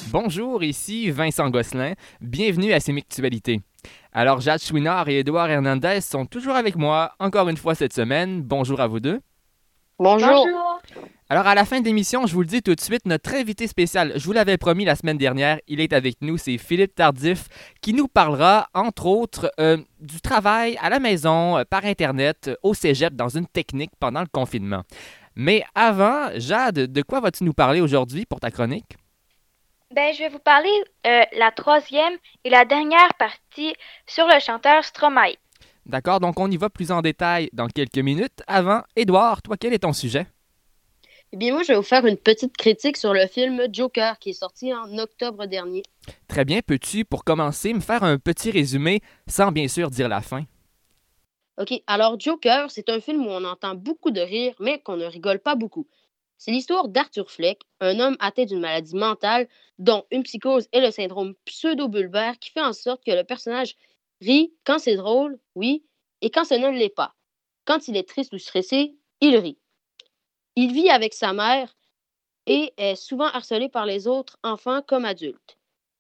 Bonjour, ici Vincent Gosselin. Bienvenue à Sémictualité. Alors, Jade Chouinard et Édouard Hernandez sont toujours avec moi, encore une fois cette semaine. Bonjour à vous deux. Bonjour. Bonjour. Alors, à la fin de l'émission, je vous le dis tout de suite, notre invité spécial, je vous l'avais promis la semaine dernière, il est avec nous, c'est Philippe Tardif, qui nous parlera, entre autres, du travail à la maison, par Internet, au cégep, dans une technique pendant le confinement. Mais avant, Jade, de quoi vas-tu nous parler aujourd'hui pour ta chronique? Je vais vous parler la troisième et la dernière partie sur le chanteur Stromae. D'accord, donc on y va plus en détail dans quelques minutes. Avant, Édouard, toi, quel est ton sujet? Eh bien, moi, je vais vous faire une petite critique sur le film Joker qui est sorti en octobre dernier. Très bien, peux-tu, pour commencer, me faire un petit résumé sans bien sûr dire la fin? OK, alors Joker, c'est un film où on entend beaucoup de rire, mais qu'on ne rigole pas beaucoup. C'est l'histoire d'Arthur Fleck, un homme atteint d'une maladie mentale, dont une psychose et le syndrome pseudo-bulbaire, qui fait en sorte que le personnage rit quand c'est drôle, oui, et quand ce ne l'est pas. Quand il est triste ou stressé, il rit. Il vit avec sa mère et est souvent harcelé par les autres enfants comme adultes.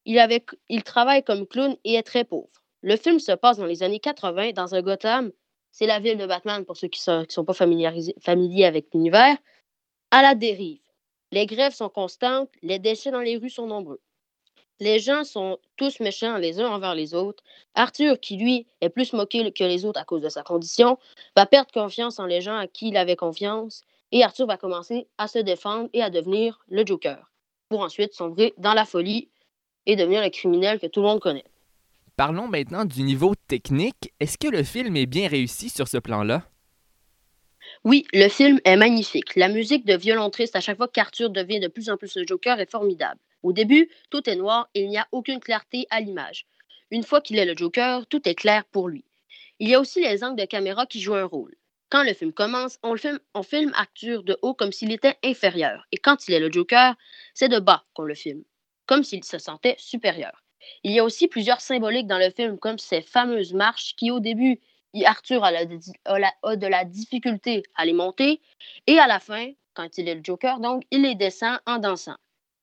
Il travaille comme clown et est très pauvre. Le film se passe dans les années 80 dans un Gotham, c'est la ville de Batman pour ceux qui sont pas familiers avec l'univers, à la dérive. Les grèves sont constantes, les déchets dans les rues sont nombreux. Les gens sont tous méchants les uns envers les autres. Arthur, qui lui est plus moqué que les autres à cause de sa condition, va perdre confiance en les gens à qui il avait confiance et Arthur va commencer à se défendre et à devenir le Joker pour ensuite sombrer dans la folie et devenir le criminel que tout le monde connaît. Parlons maintenant du niveau technique. Est-ce que le film est bien réussi sur ce plan-là? Oui, le film est magnifique. La musique de violon triste à chaque fois qu'Arthur devient de plus en plus le Joker est formidable. Au début, tout est noir et il n'y a aucune clarté à l'image. Une fois qu'il est le Joker, tout est clair pour lui. Il y a aussi les angles de caméra qui jouent un rôle. Quand le film commence, on filme Arthur de haut comme s'il était inférieur. Et quand il est le Joker, c'est de bas qu'on le filme, comme s'il se sentait supérieur. Il y a aussi plusieurs symboliques dans le film, comme ces fameuses marches qui, au début, Arthur a de la difficulté à les monter. Et à la fin, quand il est le Joker, donc, il les descend en dansant.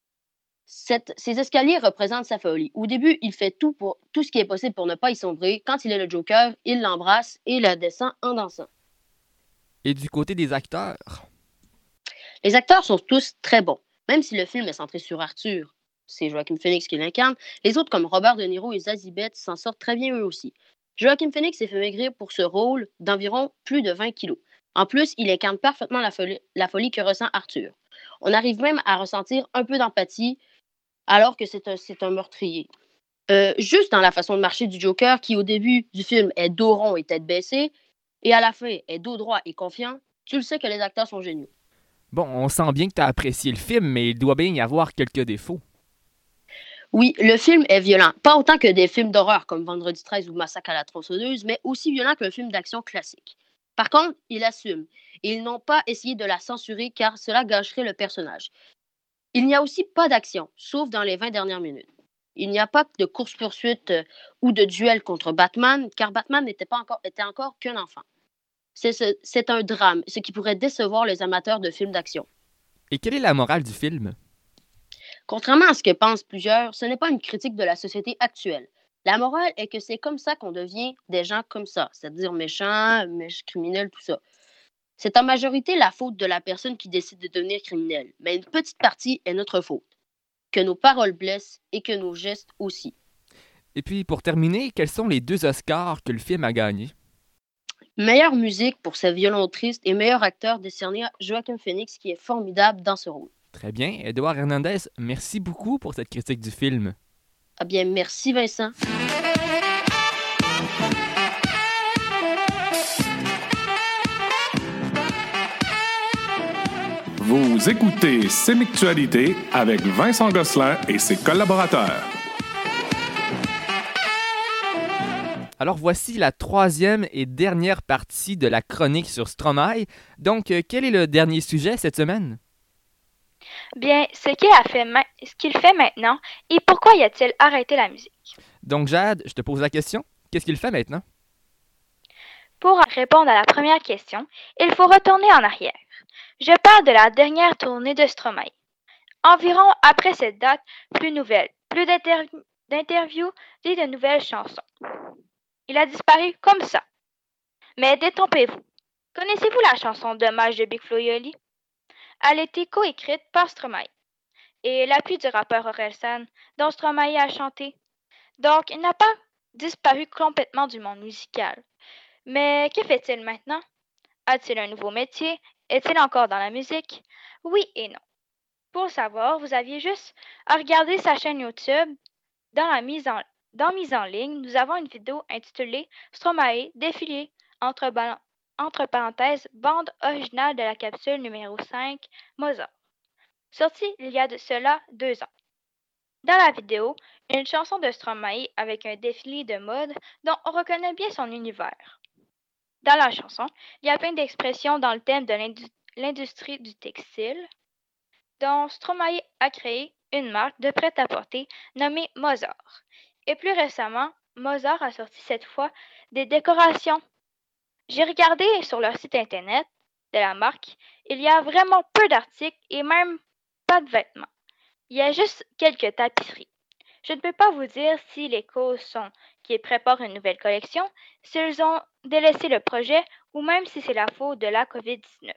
Ces escaliers représentent sa folie. Au début, il fait tout ce qui est possible pour ne pas y sombrer. Quand il est le Joker, il l'embrasse et la descend en dansant. Et du côté des acteurs? Les acteurs sont tous très bons, même si le film est centré sur Arthur. C'est Joaquin Phoenix qui l'incarne. Les autres, comme Robert De Niro et Zazie Beetz, s'en sortent très bien eux aussi. Joaquin Phoenix s'est fait maigrir pour ce rôle d'environ plus de 20 kilos. En plus, il incarne parfaitement la folie que ressent Arthur. On arrive même à ressentir un peu d'empathie alors que c'est un meurtrier. Juste dans la façon de marcher du Joker, qui au début du film est dos rond et tête baissée, et à la fin est dos droit et confiant, tu le sais que les acteurs sont géniaux. Bon, on sent bien que tu as apprécié le film, mais il doit bien y avoir quelques défauts. Oui, le film est violent, pas autant que des films d'horreur comme Vendredi 13 ou Massacre à la tronçonneuse, mais aussi violent qu'un film d'action classique. Par contre, il assume, et ils n'ont pas essayé de la censurer car cela gâcherait le personnage. Il n'y a aussi pas d'action, sauf dans les 20 dernières minutes. Il n'y a pas de course-poursuite ou de duel contre Batman, car Batman était encore qu'un enfant. C'est un drame, ce qui pourrait décevoir les amateurs de films d'action. Et quelle est la morale du film? Contrairement à ce que pensent plusieurs, ce n'est pas une critique de la société actuelle. La morale est que c'est comme ça qu'on devient des gens comme ça, c'est-à-dire méchants, criminels, tout ça. C'est en majorité la faute de la personne qui décide de devenir criminel, mais une petite partie est notre faute. Que nos paroles blessent et que nos gestes aussi. Et puis, pour terminer, quels sont les deux Oscars que le film a gagnés? Meilleure musique pour sa violon triste et meilleur acteur décerné à Joaquin Phoenix qui est formidable dans ce rôle. Très bien. Édouard Hernandez, merci beaucoup pour cette critique du film. Ah bien, merci Vincent. Vous écoutez Sémictualité avec Vincent Gosselin et ses collaborateurs. Alors voici la troisième et dernière partie de la chronique sur Stromae. Donc, quel est le dernier sujet cette semaine? Ce qu'il fait maintenant et pourquoi y a-t-il arrêté la musique? Donc, Jade, je te pose la question. Qu'est-ce qu'il fait maintenant? Pour répondre à la première question, il faut retourner en arrière. Je parle de la dernière tournée de Stromae. Environ après cette date, plus d'interviews ni de nouvelles chansons. Il a disparu comme ça. Mais détrompez-vous. Connaissez-vous la chanson Dommage de Big Flo et Oli? Elle a été coécrite par Stromae et l'appui du rappeur Orelsan, dont Stromae a chanté. Donc, il n'a pas disparu complètement du monde musical. Mais que fait-il maintenant? A-t-il un nouveau métier? Est-il encore dans la musique? Oui et non. Pour le savoir, vous aviez juste à regarder sa chaîne YouTube. Dans mise en ligne, nous avons une vidéo intitulée Stromae défilé entre parenthèses bande originale de la capsule numéro 5 Mozart, sortie il y a de cela 2 ans. Dans la vidéo, une chanson de Stromae avec un défilé de mode dont on reconnaît bien son univers. Dans la chanson, il y a plein d'expressions dans le thème de l'industrie du textile, dont Stromae a créé une marque de prêt-à-porter nommée Mozart. Et plus récemment, Mozart a sorti cette fois des décorations. J'ai regardé sur leur site internet de la marque, il y a vraiment peu d'articles et même pas de vêtements. Il y a juste quelques tapisseries. Je ne peux pas vous dire si les causes sont qu'ils préparent une nouvelle collection, s'ils ont délaissé le projet ou même si c'est la faute de la COVID-19.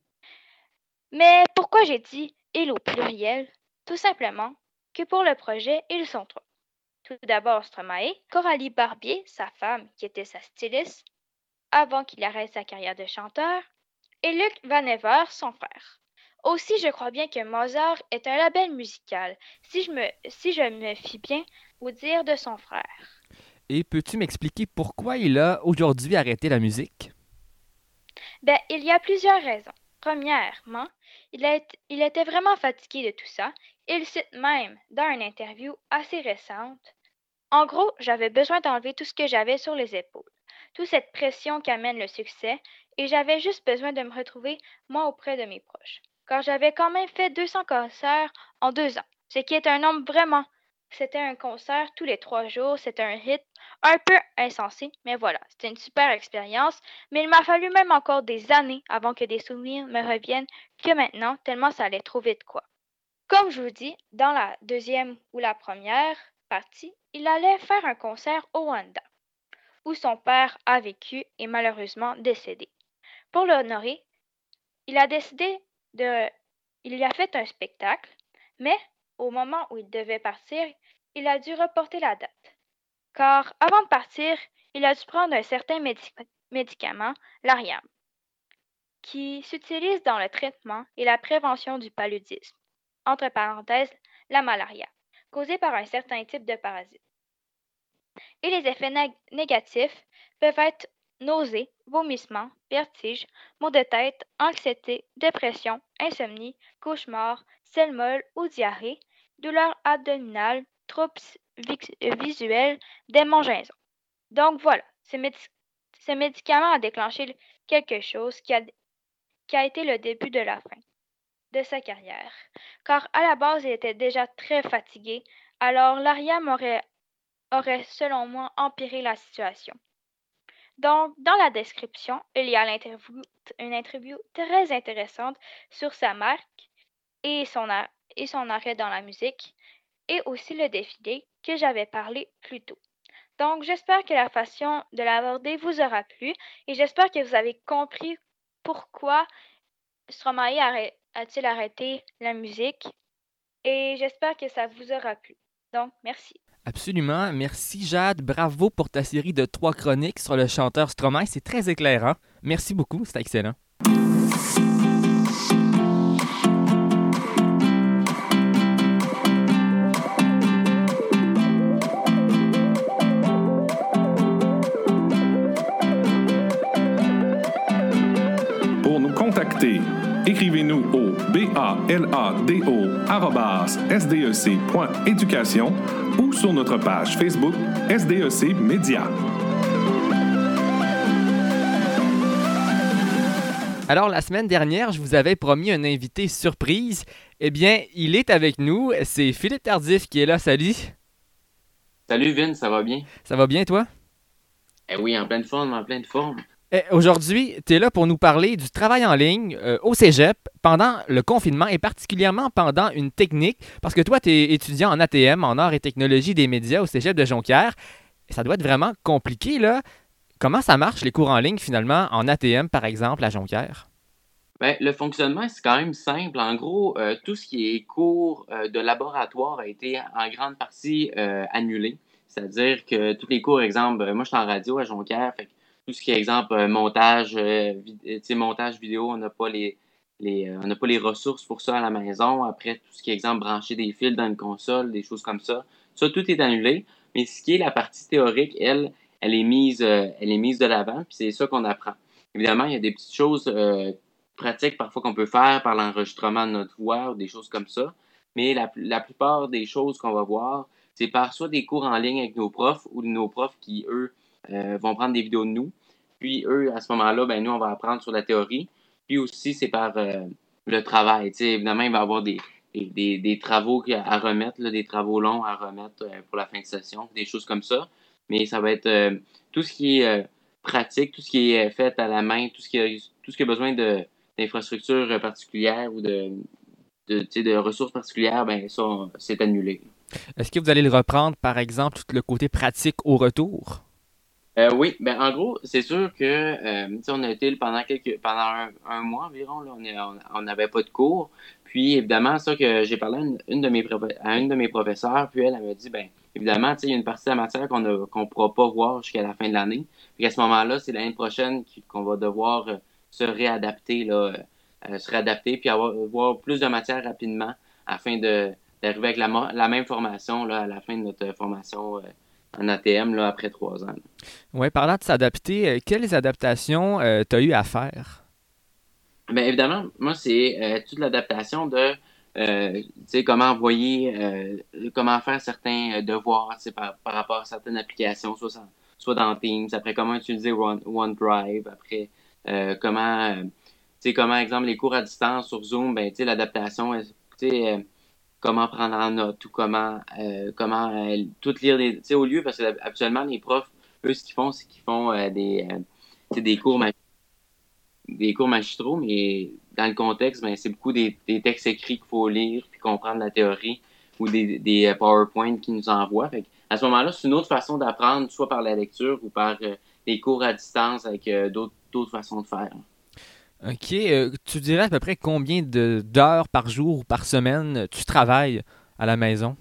Mais pourquoi j'ai dit « ils » au pluriel? Tout simplement que pour le projet, ils sont 3. Tout d'abord Stromae, Coralie Barbier, sa femme qui était sa styliste avant qu'il arrête sa carrière de chanteur, et Luc Vanever, son frère. Aussi, je crois bien que Mozart est un label musical, si je me fie bien au dire de son frère. Et peux-tu m'expliquer pourquoi il a aujourd'hui arrêté la musique? Il y a plusieurs raisons. Premièrement, il était vraiment fatigué de tout ça. Il cite même dans une interview assez récente. En gros, j'avais besoin d'enlever tout ce que j'avais sur les épaules, toute cette pression qu'amène le succès, et j'avais juste besoin de me retrouver moi auprès de mes proches. Car j'avais quand même fait 200 concerts en 2 ans, ce qui est un nombre vraiment. C'était un concert tous les 3 jours, c'était un hit un peu insensé, mais voilà, c'était une super expérience, mais il m'a fallu même encore des années avant que des souvenirs me reviennent que maintenant, tellement ça allait trop vite quoi. Comme je vous dis, dans la deuxième ou la première partie, il allait faire un concert au Rwanda, où son père a vécu et malheureusement décédé. Pour l'honorer, il a fait un spectacle, mais au moment où il devait partir, il a dû reporter la date. Car avant de partir, il a dû prendre un certain médicament, l'Ariam, qui s'utilise dans le traitement et la prévention du paludisme, entre parenthèses, la malaria, causée par un certain type de parasite. Et les effets négatifs peuvent être nausées, vomissements, vertiges, maux de tête, anxiété, dépression, insomnie, cauchemars, selles molles ou diarrhée, douleurs abdominales, troubles visuels, démangeaisons. Donc voilà, ce médicament a déclenché quelque chose qui a été le début de la fin de sa carrière. Car à la base, il était déjà très fatigué, alors l'Ariam aurait selon moi empiré la situation. Donc, dans la description, il y a une interview très intéressante sur sa marque et son arrêt dans la musique, et aussi le défilé que j'avais parlé plus tôt. Donc, j'espère que la façon de l'aborder vous aura plu et j'espère que vous avez compris pourquoi Stromae a-t-il arrêté la musique et j'espère que ça vous aura plu. Donc, merci. Absolument. Merci Jade. Bravo pour ta série de 3 chroniques sur le chanteur Stromae. C'est très éclairant. Merci beaucoup. C'était excellent. Pour nous contacter, écrivez-nous au balado@sdec.éducation ou sur notre page Facebook SDEC Média. Alors, la semaine dernière, je vous avais promis un invité surprise. Eh bien, il est avec nous. C'est Philippe Tardif qui est là. Salut. Salut Vin, ça va bien? Ça va bien, toi? Eh oui, en pleine forme, en pleine forme. Aujourd'hui, tu es là pour nous parler du travail en ligne au cégep pendant le confinement et particulièrement pendant une technique, parce que toi, tu es étudiant en ATM, en arts et technologies des médias au cégep de Jonquière. Ça doit être vraiment compliqué, là. Comment ça marche, les cours en ligne, finalement, en ATM, par exemple, à Jonquière? Ben, le fonctionnement, c'est quand même simple. En gros, tout ce qui est cours de laboratoire a été en grande partie annulé. C'est-à-dire que tous les cours, exemple, moi je suis en radio à Jonquière, fait que tout ce qui est exemple montage, tu sais, montage vidéo, on n'a pas on n'a pas les ressources pour ça à la maison. Après, tout ce qui est exemple brancher des fils dans une console, des choses comme ça tout est annulé. Mais ce qui est la partie théorique, elle est mise de l'avant, puis c'est ça qu'on apprend. Évidemment, il y a des petites choses pratiques parfois qu'on peut faire par l'enregistrement de notre voix ou des choses comme ça. Mais la plupart des choses qu'on va voir, c'est par soit des cours en ligne avec nos profs ou nos profs qui, eux, vont prendre des vidéos de nous. Puis, eux, à ce moment-là, ben, nous, on va apprendre sur la théorie. Puis aussi, c'est par le travail. Tu sais, évidemment, il va y avoir des travaux à remettre, là, des travaux longs à remettre pour la fin de session, des choses comme ça. Mais ça va être tout ce qui est pratique, tout ce qui est fait à la main, tout ce qui a besoin d'infrastructures particulières ou tu sais, de ressources particulières, ben ça, c'est annulé. Est-ce que vous allez le reprendre, par exemple, tout le côté pratique au retour? Oui, ben en gros, c'est sûr que tu sais, on a été pendant un mois environ, là, on n'avait pas de cours. Puis évidemment, ça que j'ai parlé à une de mes professeurs, puis elle m'a dit, ben évidemment, tu sais, il y a une partie de la matière qu'on pourra pas voir jusqu'à la fin de l'année. Puis à ce moment-là, c'est l'année prochaine qu'on va devoir se réadapter, là, se réadapter, puis avoir plus de matière rapidement afin d'arriver avec la même formation là, à la fin de notre formation en ATM là, après 3 ans. Oui, parlant de s'adapter, quelles adaptations tu as eu à faire? Bien évidemment, moi, c'est toute l'adaptation de tu sais, comment envoyer, comment faire certains devoirs tu sais, par rapport à certaines applications, soit dans Teams, après comment utiliser OneDrive, après tu sais, comment, exemple, les cours à distance sur Zoom, ben, tu sais, l'adaptation, tu sais, comment prendre en note ou comment tout lire tu sais, au lieu, parce que habituellement, les profs, eux, ce qu'ils font, c'est qu'ils font tu sais, des cours magistraux, mais dans le contexte, ben, c'est beaucoup des textes écrits qu'il faut lire puis comprendre la théorie ou des PowerPoint qu'ils nous envoient. Fait à ce moment-là, c'est une autre façon d'apprendre, soit par la lecture ou par des cours à distance avec d'autres façons de faire. OK. Tu dirais à peu près combien d'heures par jour ou par semaine tu travailles à la maison?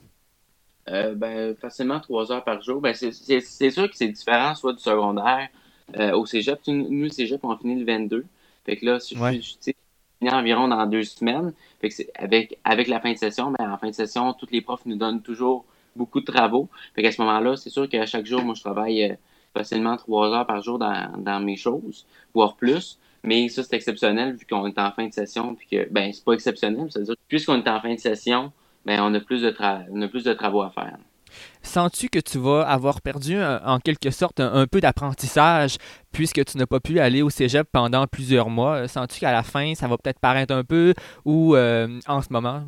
Ben, facilement 3 heures par jour. Ben, c'est sûr que c'est différent, soit du secondaire au cégep. Nous, le cégep, on finit le 22. Fait que là, si Ouais. je sais, je finis environ dans 2 semaines. Fait que c'est avec la fin de session, ben, en fin de session, tous les profs nous donnent toujours beaucoup de travaux. Fait qu'à ce moment-là, c'est sûr qu'à chaque jour, moi, je travaille facilement 3 heures par jour dans mes choses, voire plus. Mais ça, c'est exceptionnel vu qu'on est en fin de session. Puis que, ben, c'est pas exceptionnel. C'est-à-dire que puisqu'on est en fin de session, ben, on a plus de travaux à faire. Sens-tu que tu vas avoir perdu en quelque sorte un peu d'apprentissage puisque tu n'as pas pu aller au cégep pendant plusieurs mois? Sens-tu qu'à la fin, ça va peut-être paraître un peu ou en ce moment?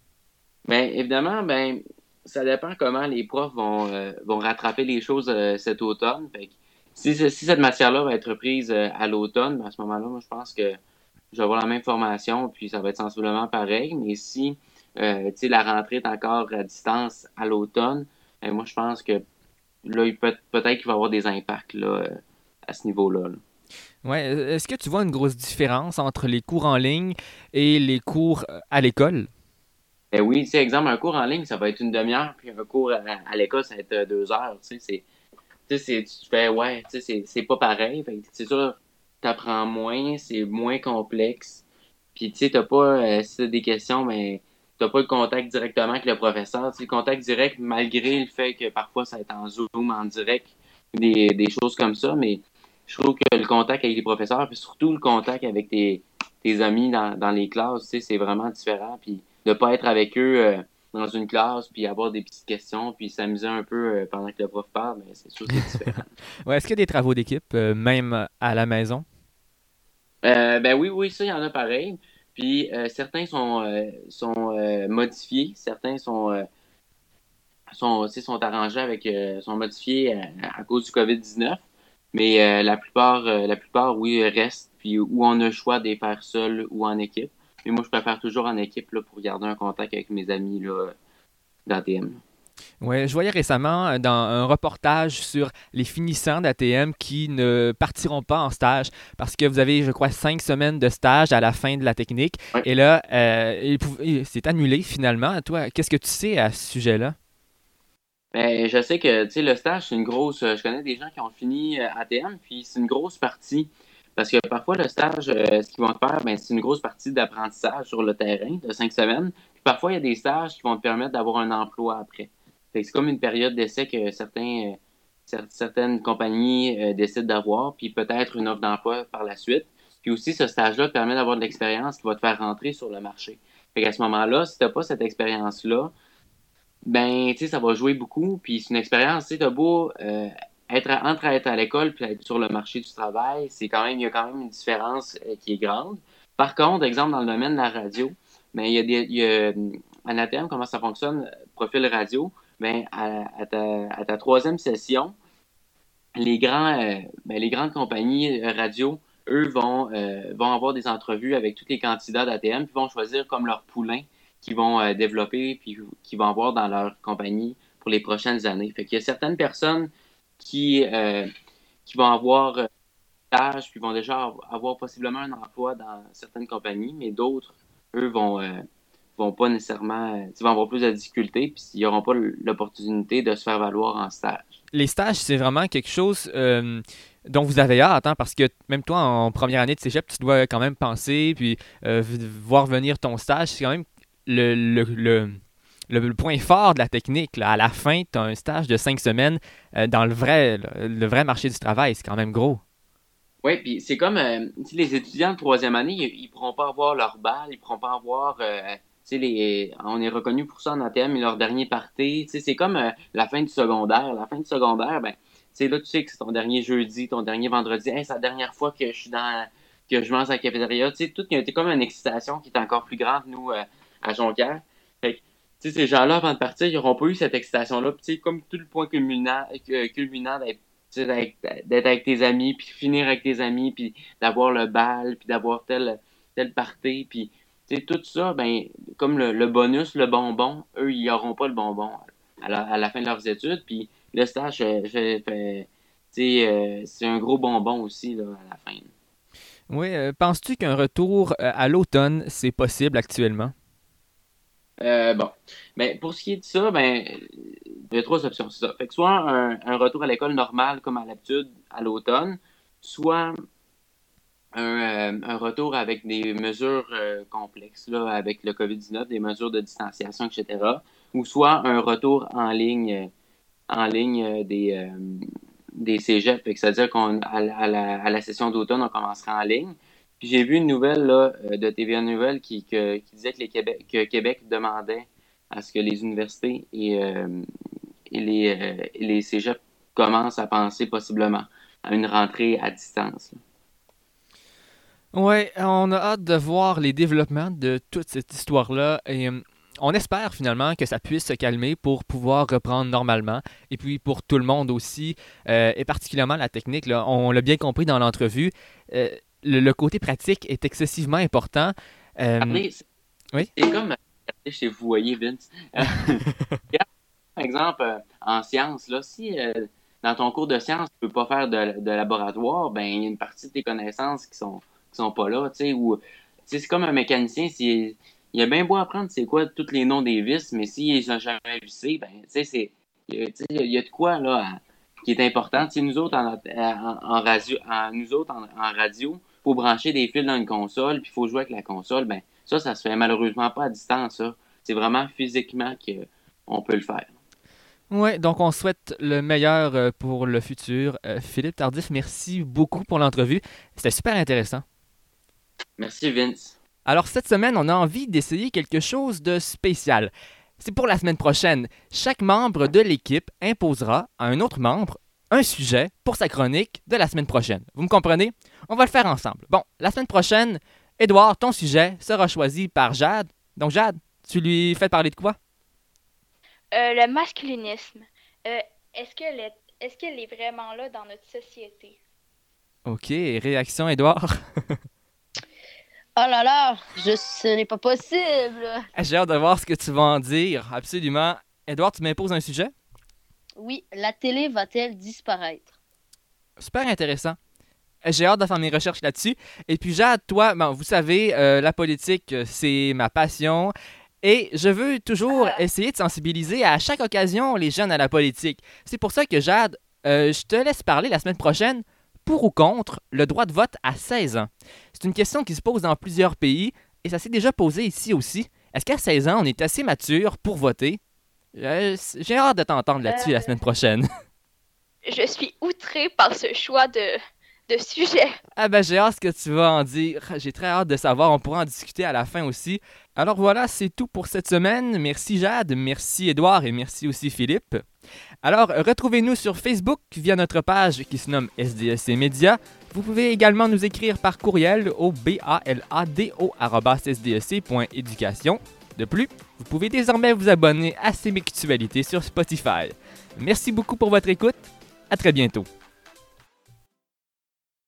Ben, évidemment, ben, ça dépend comment les profs vont rattraper les choses cet automne. Fait que si cette matière-là va être prise à l'automne, ben, à ce moment-là, moi, je pense que je vais avoir la même formation, puis ça va être sensiblement pareil. Mais si tu sais, la rentrée est encore à distance à l'automne, ben, moi, je pense que là, peut-être qu'il va y avoir des impacts là, à ce niveau-là. Là. Ouais. Est-ce que tu vois une grosse différence entre les cours en ligne et les cours à l'école? Ben oui, tu sais, exemple, un cours en ligne, ça va être une demi-heure, puis un cours à l'école, ça va être 2 heures. Tu sais, tu fais, ouais, tu sais, c'est pas pareil. Fait que c'est sûr, t'apprends moins, c'est moins complexe. Puis, tu sais, t'as pas, si t'as des questions, mais t'as pas le contact directement avec le professeur. Tu sais, le contact direct, malgré le fait que parfois ça va être en Zoom, en direct, des choses comme ça, mais je trouve que le contact avec les professeurs, puis surtout le contact avec tes amis dans les classes, tu sais, c'est vraiment différent. Puis, de pas être avec eux, dans une classe, puis avoir des petites questions, puis s'amuser un peu pendant que le prof parle, mais c'est sûr que c'est différent. Ouais, est-ce qu'il y a des travaux d'équipe, même à la maison? Ben oui, oui, ça, il y en a pareil. Puis certains sont modifiés, certains tu sais, sont arrangés sont modifiés à cause du COVID-19. Mais la plupart, oui, restent, puis où on a le choix de les faire seul ou en équipe. Mais moi, je préfère toujours en équipe là, pour garder un contact avec mes amis là, d'ATM. Ouais, je voyais récemment dans un reportage sur les finissants d'ATM qui ne partiront pas en stage parce que vous avez, je crois, 5 semaines de stage à la fin de la technique. Ouais. Et là, c'est annulé finalement. Toi, qu'est-ce que tu sais à ce sujet-là? Ben, je sais que tu sais, le stage, c'est une grosse. Je connais des gens qui ont fini ATM, puis c'est une grosse partie. Parce que parfois, le stage, ce qu'ils vont te faire, ben, c'est une grosse partie d'apprentissage sur le terrain de 5 semaines. Puis parfois, il y a des stages qui vont te permettre d'avoir un emploi après. Fait que c'est comme une période d'essai que certaines compagnies décident d'avoir, puis peut-être une offre d'emploi par la suite. Puis aussi, ce stage-là te permet d'avoir de l'expérience qui va te faire rentrer sur le marché. Fait qu'à ce moment-là, si tu n'as pas cette expérience-là, ben, tu sais, ça va jouer beaucoup. Puis c'est une expérience, tu sais, t'as beau entre être à l'école puis être sur le marché du travail, il y a quand même une différence qui est grande. Par contre, exemple, dans le domaine de la radio, ben, en ATM, comment ça fonctionne, profil radio, ben, à ta troisième session, les grandes compagnies radio, eux, vont avoir des entrevues avec tous les candidats d'ATM, puis vont choisir comme leur poulain qu'ils vont développer, puis qu'ils vont avoir dans leur compagnie pour les prochaines années. Fait qu'il y a certaines personnes qui vont avoir stage, puis vont déjà avoir possiblement un emploi dans certaines compagnies, mais d'autres, eux, vont pas nécessairement, ils vont avoir plus de difficultés, puis ils n'auront pas l'opportunité de se faire valoir en stage. Les stages, c'est vraiment quelque chose dont vous avez hâte, hein, parce que même toi, en première année de cégep, tu dois quand même penser, puis voir venir ton stage, c'est quand même le, le, le, le point fort de la technique. Là. À la fin, tu as un stage de 5 semaines dans le vrai marché du travail. C'est quand même gros. Oui, puis c'est comme tu sais, les étudiants de troisième année, ils pourront pas avoir leur balle, ils pourront pas avoir tu sais, on est reconnu pour ça en ATM, mais leur dernier party. Tu sais, c'est comme la fin du secondaire. La fin du secondaire, ben, tu sais, là, tu sais que c'est ton dernier jeudi, ton dernier vendredi. Hey, c'est la dernière fois que que je mange à la cafétéria. Tu sais, tout, il y a été comme une excitation qui est encore plus grande, nous, à Jonquière. Fait que, tu sais, ces gens-là, avant de partir, ils n'auront pas eu cette excitation-là. Puis, tu sais, comme tout le point culminant d'être tu sais, d'être avec tes amis, puis finir avec tes amis, puis d'avoir le bal, puis d'avoir tel party, puis tu sais, tout ça, ben, comme le bonus, le bonbon, eux, ils n'auront pas le bonbon à la fin de leurs études, puis le stage, tu sais, c'est un gros bonbon aussi, là, à la fin. Oui, penses-tu qu'un retour à l'automne, c'est possible actuellement? Bon. Ben, pour ce qui est de ça, ben, il y a trois options, c'est ça. Fait que soit un retour à l'école normale, comme à l'habitude, à l'automne, soit un retour avec des mesures complexes, là, avec le COVID-19, des mesures de distanciation, etc. Ou soit un retour en ligne des cégeps. Fait que c'est-à-dire à la session d'automne, on commencera en ligne. Puis j'ai vu une nouvelle là, de TVA Nouvelle qui disait que Québec demandait à ce que les universités et les cégeps commencent à penser possiblement à une rentrée à distance. Là. Ouais, on a hâte de voir les développements de toute cette histoire-là et on espère finalement que ça puisse se calmer pour pouvoir reprendre normalement et puis pour tout le monde aussi et particulièrement la technique, là, on l'a bien compris dans l'entrevue, le côté pratique est excessivement important. Euh, Après, oui? c'est comme chez vous, voyez, Vince. Par exemple, en sciences, là, si dans ton cours de sciences, tu peux pas faire de laboratoire, ben il y a une partie de tes connaissances qui sont pas là, tu sais, ou tu sais, c'est comme un mécanicien, il a bien beau apprendre c'est quoi tous les noms des vis, mais s'il n'a jamais vissé, ben tu sais, tu sais, il y a de quoi là qui est important. Tu sais, nous autres en radio, en radio, faut brancher des fils dans une console, puis il faut jouer avec la console, ben ça se fait malheureusement pas à distance, ça. C'est vraiment physiquement qu'on peut le faire. Ouais, donc on souhaite le meilleur pour le futur. Philippe Tardif, merci beaucoup pour l'entrevue. C'était super intéressant. Merci, Vince. Alors cette semaine, on a envie d'essayer quelque chose de spécial. C'est pour la semaine prochaine. Chaque membre de l'équipe imposera à un autre membre un sujet pour sa chronique de la semaine prochaine. Vous me comprenez? On va le faire ensemble. Bon, la semaine prochaine, Édouard, ton sujet sera choisi par Jade. Donc Jade, tu lui fais parler de quoi? Le masculinisme. Euh, est-ce que est-ce qu'elle est vraiment là dans notre société? OK, réaction, Édouard? Oh là là, ce n'est pas possible. J'ai hâte de voir ce que tu vas en dire. Absolument. Édouard, tu m'imposes un sujet? Oui, la télé va-t-elle disparaître? Super intéressant. J'ai hâte de faire mes recherches là-dessus. Et puis Jade, toi, vous savez, la politique, c'est ma passion. Et je veux toujours essayer de sensibiliser à chaque occasion les jeunes à la politique. C'est pour ça que Jade, je te laisse parler la semaine prochaine pour ou contre le droit de vote à 16 ans. C'est une question qui se pose dans plusieurs pays et ça s'est déjà posé ici aussi. Est-ce qu'à 16 ans, on est assez mature pour voter? J'ai hâte de t'entendre là-dessus la semaine prochaine. Je suis outrée par ce choix de sujet. Ah ben j'ai hâte ce que tu vas en dire. J'ai très hâte de savoir. On pourra en discuter à la fin aussi. Alors voilà, c'est tout pour cette semaine. Merci Jade, merci Édouard et merci aussi Philippe. Alors retrouvez-nous sur Facebook via notre page qui se nomme SDEC Média. Vous pouvez également nous écrire par courriel au balado@sdec.education. De plus, vous pouvez désormais vous abonner à Sémictualité sur Spotify. Merci beaucoup pour votre écoute. À très bientôt.